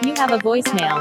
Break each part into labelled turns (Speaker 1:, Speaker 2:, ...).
Speaker 1: You have a voicemail.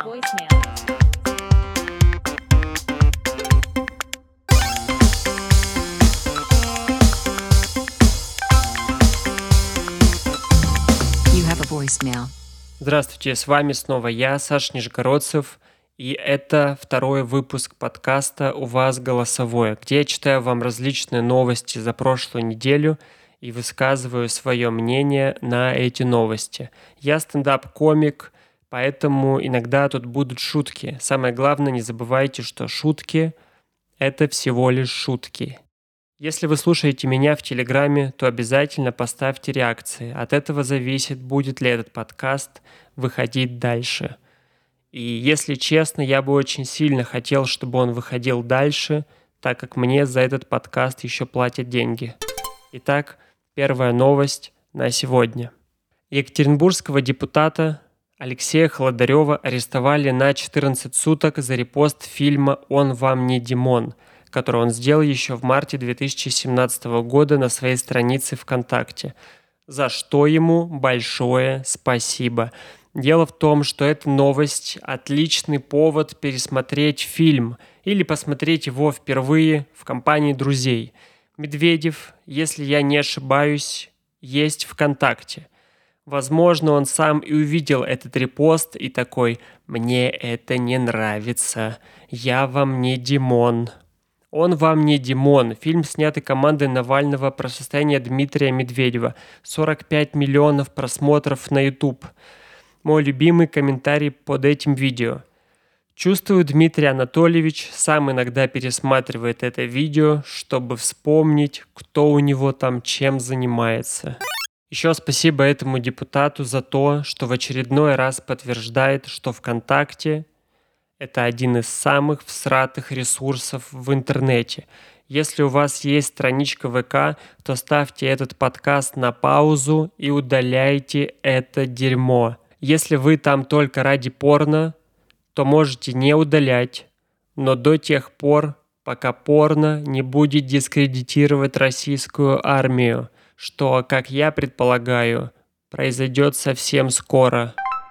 Speaker 2: You have a voicemail.
Speaker 3: Здравствуйте, с вами снова я, Саша Нижегородцев, и это второй выпуск подкаста «У вас голосовое», где я читаю вам различные новости за прошлую неделю и высказываю свое мнение на эти новости. Я стендап-комик, поэтому иногда тут будут шутки. Самое главное, не забывайте, что шутки – это всего лишь шутки. Если вы слушаете меня в Телеграме, то обязательно поставьте реакции. От этого зависит, будет ли этот подкаст выходить дальше. И если честно, я бы очень сильно хотел, чтобы он выходил дальше, так как мне за этот подкаст еще платят деньги. Итак, первая новость на сегодня. Екатеринбургского депутата Алексея Холодарева арестовали на 14 суток за репост фильма «Он вам не Димон», который он сделал еще в марте 2017 года на своей странице ВКонтакте. За что ему большое спасибо. Дело в том, что эта новость – отличный повод пересмотреть фильм или посмотреть его впервые в компании друзей. Медведев, если я не ошибаюсь, есть ВКонтакте. Возможно, он сам и увидел этот репост и такой: «Мне это не нравится, я вам не Димон». «Он вам не Димон» – фильм, снятый командой Навального про состояние Дмитрия Медведева. 45 миллионов просмотров на YouTube. Мой любимый комментарий под этим видео. Чувствую, Дмитрий Анатольевич сам иногда пересматривает это видео, чтобы вспомнить, кто у него там чем занимается. Еще спасибо этому депутату за то, что в очередной раз подтверждает, что ВКонтакте – это один из самых всратых ресурсов в интернете. Если у вас есть страничка ВК, то ставьте этот подкаст на паузу и удаляйте это дерьмо. Если вы там только ради порно, то можете не удалять, но до тех пор, пока порно не будет дискредитировать российскую армию, что, как я предполагаю, произойдет совсем скоро.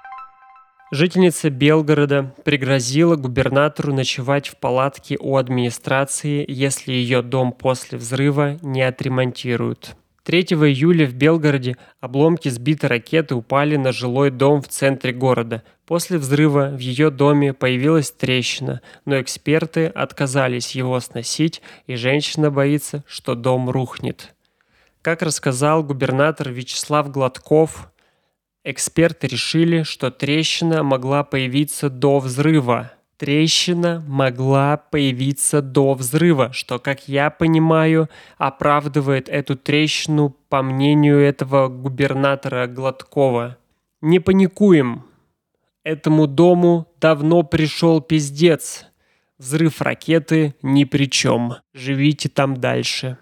Speaker 3: Жительница Белгорода пригрозила губернатору ночевать в палатке у администрации, если ее дом после взрыва не отремонтируют. 3 июля в Белгороде обломки сбитой ракеты упали на жилой дом в центре города. После взрыва в ее доме появилась трещина, но эксперты отказались его сносить, и женщина боится, что дом рухнет. Как рассказал губернатор Вячеслав Гладков, эксперты решили, что трещина могла появиться до взрыва. Трещина могла появиться до взрыва, что, как я понимаю, оправдывает эту трещину по мнению этого губернатора Гладкова. Не паникуем. Этому дому давно пришел пиздец. Взрыв ракеты ни при чем. Живите там дальше.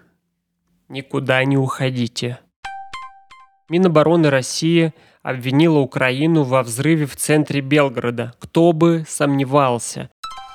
Speaker 3: Никуда не уходите. Минобороны России обвинила Украину во взрыве в центре Белгорода. Кто бы сомневался.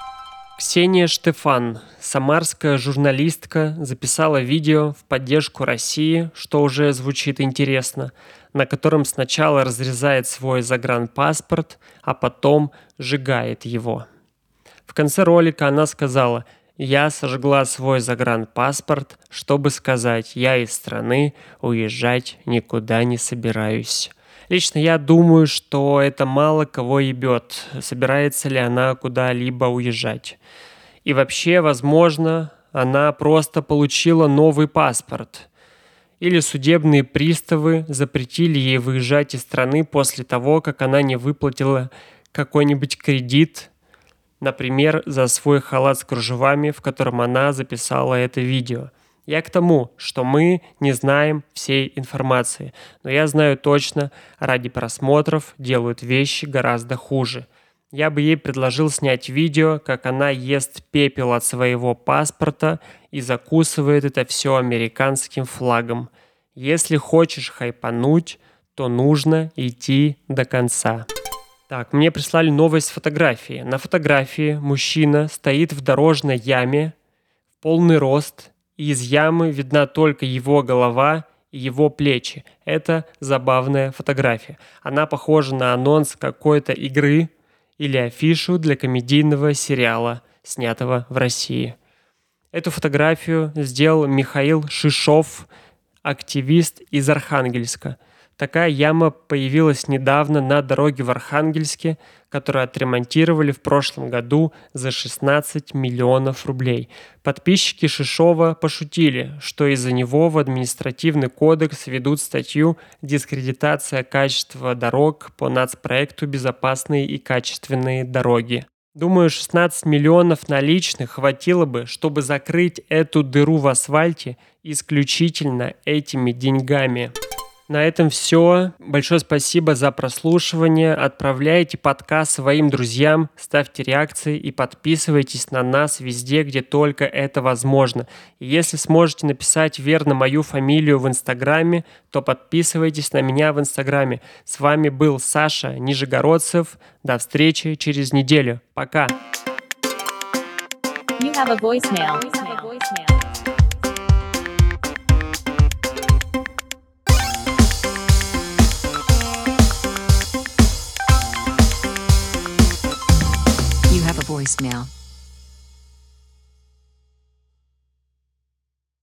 Speaker 3: Ксения Штефан, самарская журналистка, записала видео в поддержку России, что уже звучит интересно, на котором сначала разрезает свой загранпаспорт, а потом сжигает его. В конце ролика она сказала: «Я сожгла свой загранпаспорт, чтобы сказать, я из страны уезжать никуда не собираюсь». Лично я думаю, что это мало кого ебет, собирается ли она куда-либо уезжать. И вообще, возможно, она просто получила новый паспорт. Или судебные приставы запретили ей выезжать из страны после того, как она не выплатила какой-нибудь кредит, например, за свой халат с кружевами, в котором она записала это видео. Я к тому, что мы не знаем всей информации, но я знаю точно, ради просмотров делают вещи гораздо хуже. Я бы ей предложил снять видео, как она ест пепел от своего паспорта и закусывает это все американским флагом. Если хочешь хайпануть, то нужно идти до конца. Так, мне прислали новость с фотографии. На фотографии мужчина стоит в дорожной яме в полный рост, и из ямы видна только его голова и его плечи. Это забавная фотография. Она похожа на анонс какой-то игры или афишу для комедийного сериала, снятого в России. Эту фотографию сделал Михаил Шишов, активист из Архангельска. Такая яма появилась недавно на дороге в Архангельске, которую отремонтировали в прошлом году за 16 миллионов рублей. Подписчики Шишова пошутили, что из-за него в административный кодекс ведут статью «Дискредитация качества дорог» по нацпроекту «Безопасные и качественные дороги». Думаю, 16 миллионов наличных хватило бы, чтобы закрыть эту дыру в асфальте исключительно этими деньгами. На этом все. Большое спасибо за прослушивание. Отправляйте подкаст своим друзьям, ставьте реакции и подписывайтесь на нас везде, где только это возможно. И если сможете написать верно мою фамилию в Инстаграме, то подписывайтесь на меня в Инстаграме. С вами был Саша Нижегородцев. До встречи через неделю. Пока.
Speaker 1: You have a voicemail.
Speaker 2: You have a voicemail.